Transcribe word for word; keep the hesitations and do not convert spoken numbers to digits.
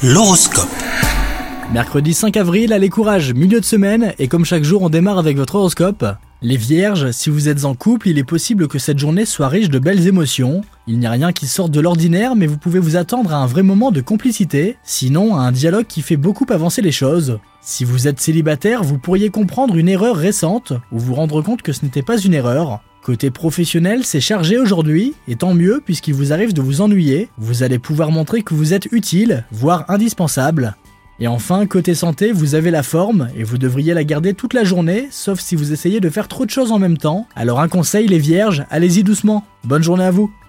L'horoscope. Mercredi cinq avril, allez courage, milieu de semaine, et comme chaque jour on démarre avec votre horoscope. Les Vierges, si vous êtes en couple, il est possible que cette journée soit riche de belles émotions. Il n'y a rien qui sorte de l'ordinaire, mais vous pouvez vous attendre à un vrai moment de complicité, sinon à un dialogue qui fait beaucoup avancer les choses. Si vous êtes célibataire, vous pourriez comprendre une erreur récente, ou vous rendre compte que ce n'était pas une erreur. Côté professionnel, c'est chargé aujourd'hui, et tant mieux puisqu'il vous arrive de vous ennuyer, vous allez pouvoir montrer que vous êtes utile, voire indispensable. Et enfin, côté santé, vous avez la forme, et vous devriez la garder toute la journée, sauf si vous essayez de faire trop de choses en même temps. Alors un conseil les Vierges, allez-y doucement. Bonne journée à vous.